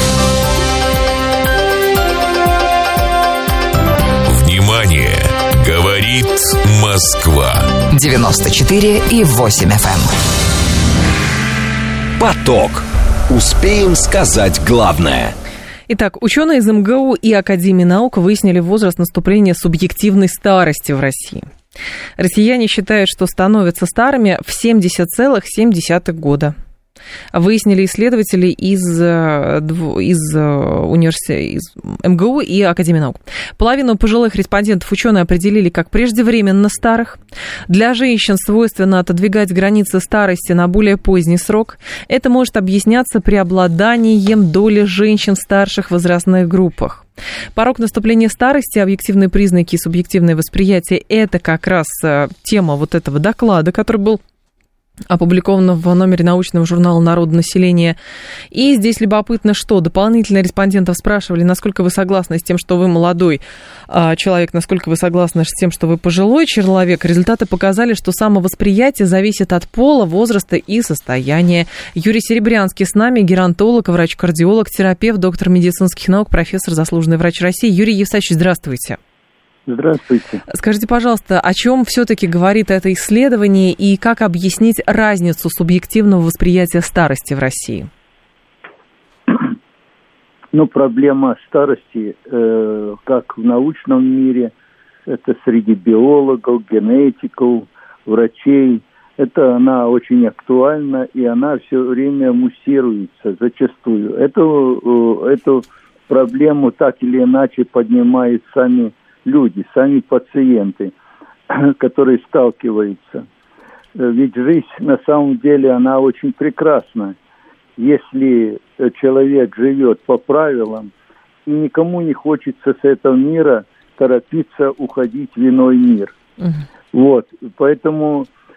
Внимание! Говорит Москва. девяносто четыре и восемь эф эм. Поток. Успеем сказать главное. Итак, ученые из эм гэ у и Академии наук выяснили возраст наступления субъективной старости в России. Россияне считают, что становятся старыми в семьдесят целых семь десятых года. Выяснили исследователи из, из, университета, из эм гэ у и Академии наук. Половину пожилых респондентов ученые определили как преждевременно старых. Для женщин свойственно отодвигать границы старости на более поздний срок. Это может объясняться преобладанием доли женщин в старших возрастных группах. Порог наступления старости, объективные признаки и субъективное восприятие – это как раз тема вот этого доклада, который был опубликовано в номере научного журнала «Народонаселение». И здесь любопытно, что дополнительно респондентов спрашивали, насколько вы согласны с тем, что вы молодой а, человек, насколько вы согласны с тем, что вы пожилой человек. Результаты показали, что самовосприятие зависит от пола, возраста и состояния. Юрий Серебрянский с нами, геронтолог, врач-кардиолог, терапевт, доктор медицинских наук, профессор, заслуженный врач России. Юрий Евстафьевич, здравствуйте. Здравствуйте. Скажите, пожалуйста, о чем все-таки говорит это исследование и как объяснить разницу субъективного восприятия старости в России? Ну, проблема старости, э, как в научном мире, это среди биологов, генетиков, врачей, это она очень актуальна, и она все время муссируется зачастую. Эту, эту проблему так или иначе поднимают сами люди, сами пациенты, которые сталкиваются. Ведь жизнь на самом деле, она очень прекрасна. Если человек живет по правилам, и никому не хочется с этого мира торопиться уходить в иной мир. Uh-huh. Вот, поэтому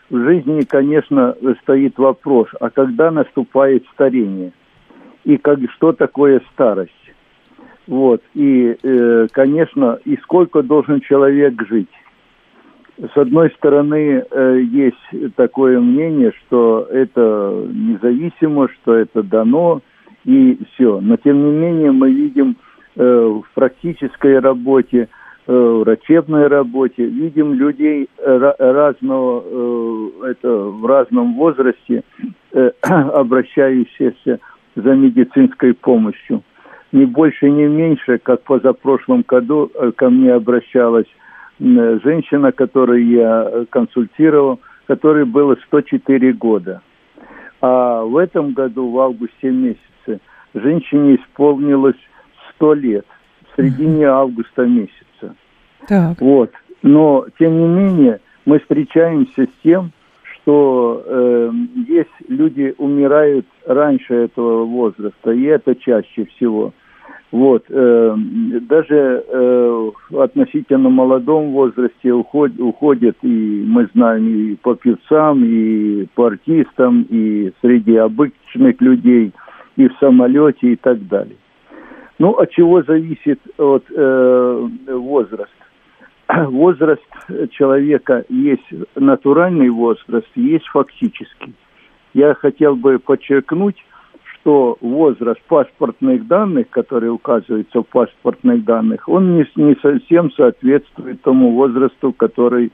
в жизни, конечно, стоит вопрос, а когда наступает старение? И как, что такое старость? Вот. И, э, конечно, и сколько должен человек жить? С одной стороны, э, есть такое мнение, что это независимо, что это дано, и все. Но, тем не менее, мы видим э, в практической работе, э, в врачебной работе, видим людей разного, э, это, в разном возрасте, э, обращающихся за медицинской помощью. Не больше, не меньше, как позапрошлом году ко мне обращалась женщина, которую я консультировал, которой было сто четыре года. А в этом году, в августе месяце, женщине исполнилось сто лет, в середине августа месяца. Так. Вот. Но, тем не менее, мы встречаемся с тем, что э, есть люди умирают раньше этого возраста, и это чаще всего. Вот, э, даже э, в относительно молодом возрасте уход, уходят, и мы знаем, и по певцам, и по артистам, и среди обычных людей, и в самолете, и так далее. Ну, от чего зависит от, э, возраст? Возраст человека есть натуральный возраст, есть фактический. Я хотел бы подчеркнуть, что возраст паспортных данных, который указывается в паспортных данных, он не, не совсем соответствует тому возрасту, который,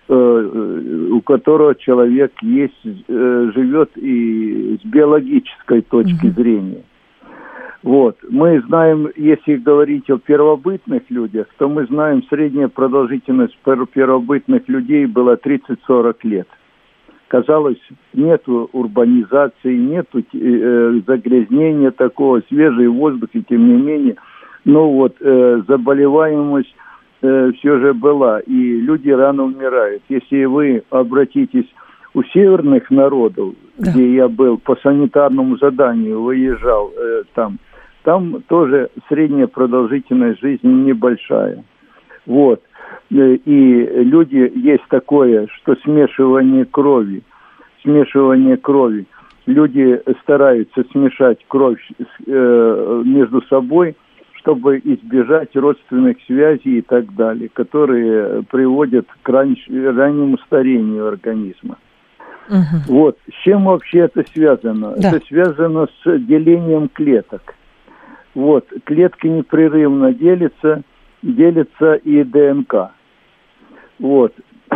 э, у которого человек есть, э, живет и с биологической точки mm-hmm. зрения. Вот. Мы знаем, если говорить о первобытных людях, то мы знаем, средняя продолжительность первобытных людей была тридцать-сорок лет. Казалось, нету урбанизации, нету э, загрязнения такого, свежий воздух, и тем не менее, но вот э, заболеваемость э, все же была, и люди рано умирают. Если вы обратитесь у северных народов, да. где я был по санитарному заданию, выезжал э, там, там тоже средняя продолжительность жизни небольшая. Вот. И люди, есть такое, что смешивание крови, смешивание крови. Люди стараются смешать кровь э, между собой, чтобы избежать родственных связей и так далее, которые приводят к ран... раннему старению организма. Угу. Вот. С чем вообще это связано? Да. Это связано с делением клеток. Вот. Клетки непрерывно делятся, делится и ДНК. Вот.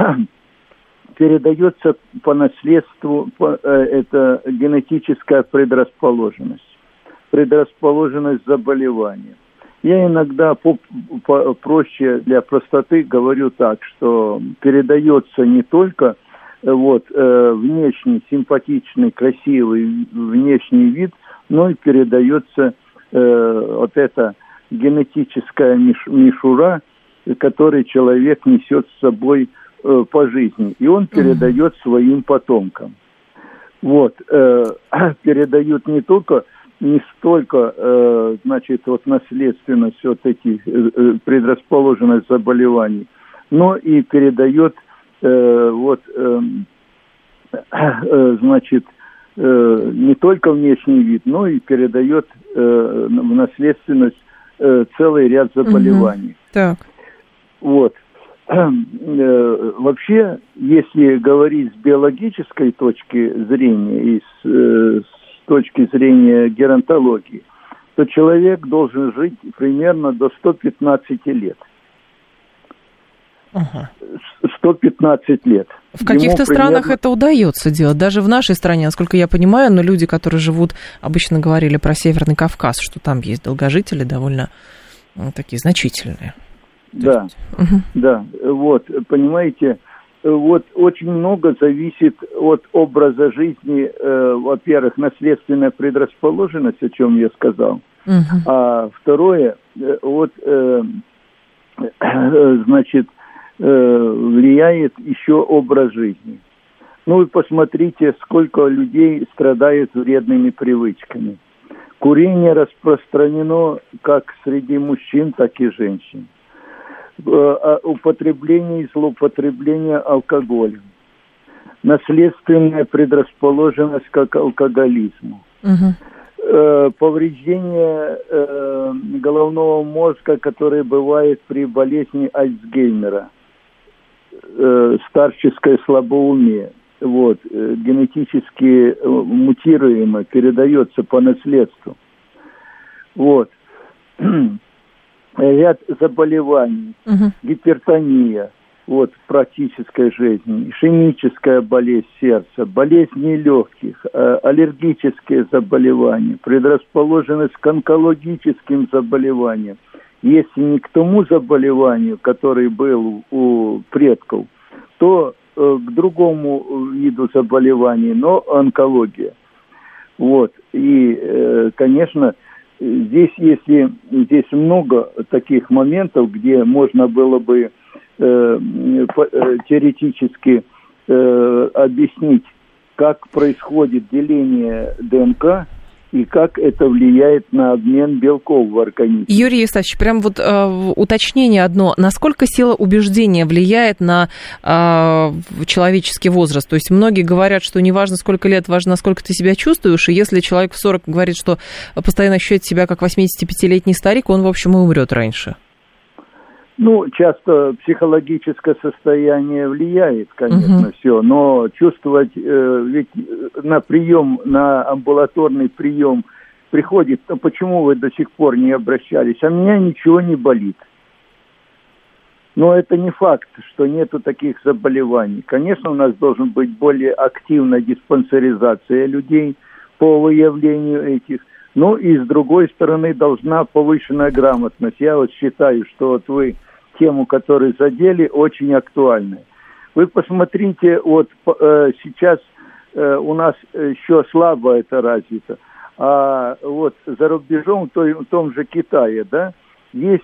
Передается по наследству, по, э, это генетическая предрасположенность. Предрасположенность заболевания. Я иногда по, по, проще для простоты говорю так, что передается не только э, вот, э, внешний, симпатичный, красивый внешний вид, но и передается э, вот эта генетическая миш, мишура, который человек несет с собой э, по жизни, и он передает mm-hmm. своим потомкам. Вот, э, передают не только, не столько, э, значит, вот наследственность вот этих э, предрасположенность заболеваний, но и передает э, вот, э, э, значит, э, не только внешний вид, но и передает э, в наследственность э, целый ряд заболеваний. Mm-hmm. Так. Вот. Вообще, если говорить с биологической точки зрения и с, с точки зрения геронтологии, то человек должен жить примерно до ста пятнадцати лет. Ага. сто пятнадцать лет. В каких-то Ему странах примерно... это удается делать. Даже в нашей стране, насколько я понимаю, но люди, которые живут, обычно говорили про Северный Кавказ, что там есть долгожители довольно ну, такие значительные. Да, есть... угу. да, вот, понимаете, вот очень много зависит от образа жизни, э, во-первых, наследственная предрасположенность, о чем я сказал, угу. а второе, э, вот, э, э, значит, э, влияет еще образ жизни. Ну и посмотрите, сколько людей страдает вредными привычками. Курение распространено как среди мужчин, так и женщин. Употребление и злоупотребление алкоголем. наследственная предрасположенность к алкоголизму. Угу. Э, повреждение э, головного мозга, которое бывает при болезни Альцгеймера, э, старческое слабоумие, вот, э, генетически э, мутируемо, передается по наследству. Вот. Ряд заболеваний, угу. гипертония, вот, в практической жизни, ишемическая болезнь сердца, болезни легких, э, аллергические заболевания, предрасположенность к онкологическим заболеваниям. Если не к тому заболеванию, который был у предков, то э, к другому виду заболеваний, но онкология. Вот. И, э, конечно, здесь, если здесь много таких моментов, где можно было бы э, теоретически э, объяснить, как происходит деление ДНК и как это влияет на обмен белков в организме. Юрий Евстафьевич, прям вот э, уточнение одно. Насколько сила убеждения влияет на э, человеческий возраст? То есть многие говорят, что не важно, сколько лет, важно, насколько ты себя чувствуешь. И если человек в сорок говорит, что постоянно ощущает себя как восьмидесятипятилетний старик, он, в общем, и умрет раньше. Ну, часто психологическое состояние влияет, конечно, угу. все, но чувствовать, э, ведь на прием, на амбулаторный прием приходит, ну, почему вы до сих пор не обращались, а меня ничего не болит. Но это не факт, что нету таких заболеваний. Конечно, у нас должен быть более активная диспансеризация людей по выявлению этих. Ну и с другой стороны должна повышенная грамотность. Я вот считаю, что вот вы тему, которую задели, очень актуальная. Вы посмотрите, вот э, сейчас э, у нас еще слабо это развито, а вот за рубежом, в, той, в том же Китае, да, есть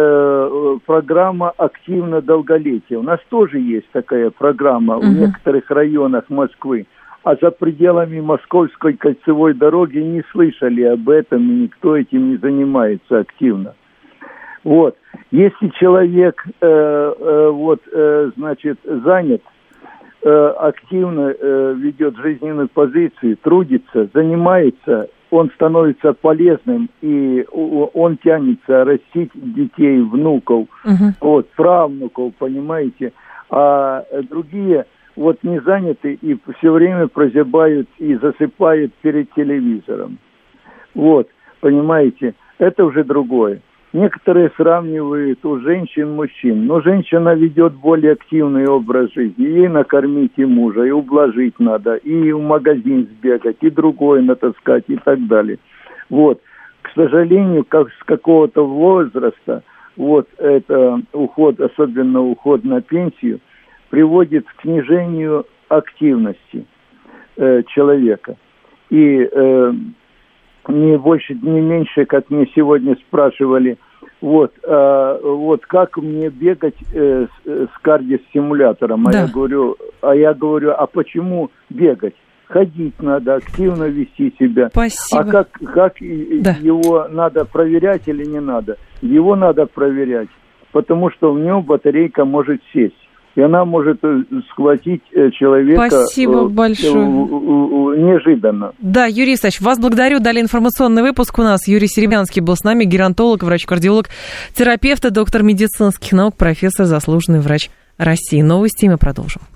э, программа «Активное долголетие». У нас тоже есть такая программа uh-huh. в некоторых районах Москвы. А за пределами Московской кольцевой дороги не слышали об этом, и никто этим не занимается активно. Вот. Если человек, э, э, вот, э, значит, занят, э, активно э, ведет жизненную позицию, трудится, занимается, он становится полезным, и он тянется растить детей, внуков, uh-huh. вот, правнуков, понимаете, а другие вот не заняты и все время прозябают и засыпают перед телевизором. Вот, понимаете, это уже другое. Некоторые сравнивают у женщин мужчин, но женщина ведет более активный образ жизни. Ей накормить и мужа, и ублажить надо, и в магазин сбегать, и другое натаскать, и так далее. Вот, к сожалению, как с какого-то возраста, вот это уход, особенно уход на пенсию, приводит к снижению активности э, человека. И э, не больше, не меньше, как мне сегодня спрашивали, вот, э, вот как мне бегать э, с, с кардиостимулятором? А да. я говорю, а я говорю, а почему бегать? Ходить надо, активно вести себя. Спасибо. А как, как да. его надо проверять или не надо? Его надо проверять, потому что в нем батарейка может сесть. И она может схватить человека. Спасибо большое. Неожиданно. Да, Юрий Исаевич, вас благодарю. Дали информационный выпуск у нас. Юрий Серебрянский был с нами, геронтолог, врач-кардиолог, терапевт, доктор медицинских наук, профессор, заслуженный врач России. Новости, и мы продолжим.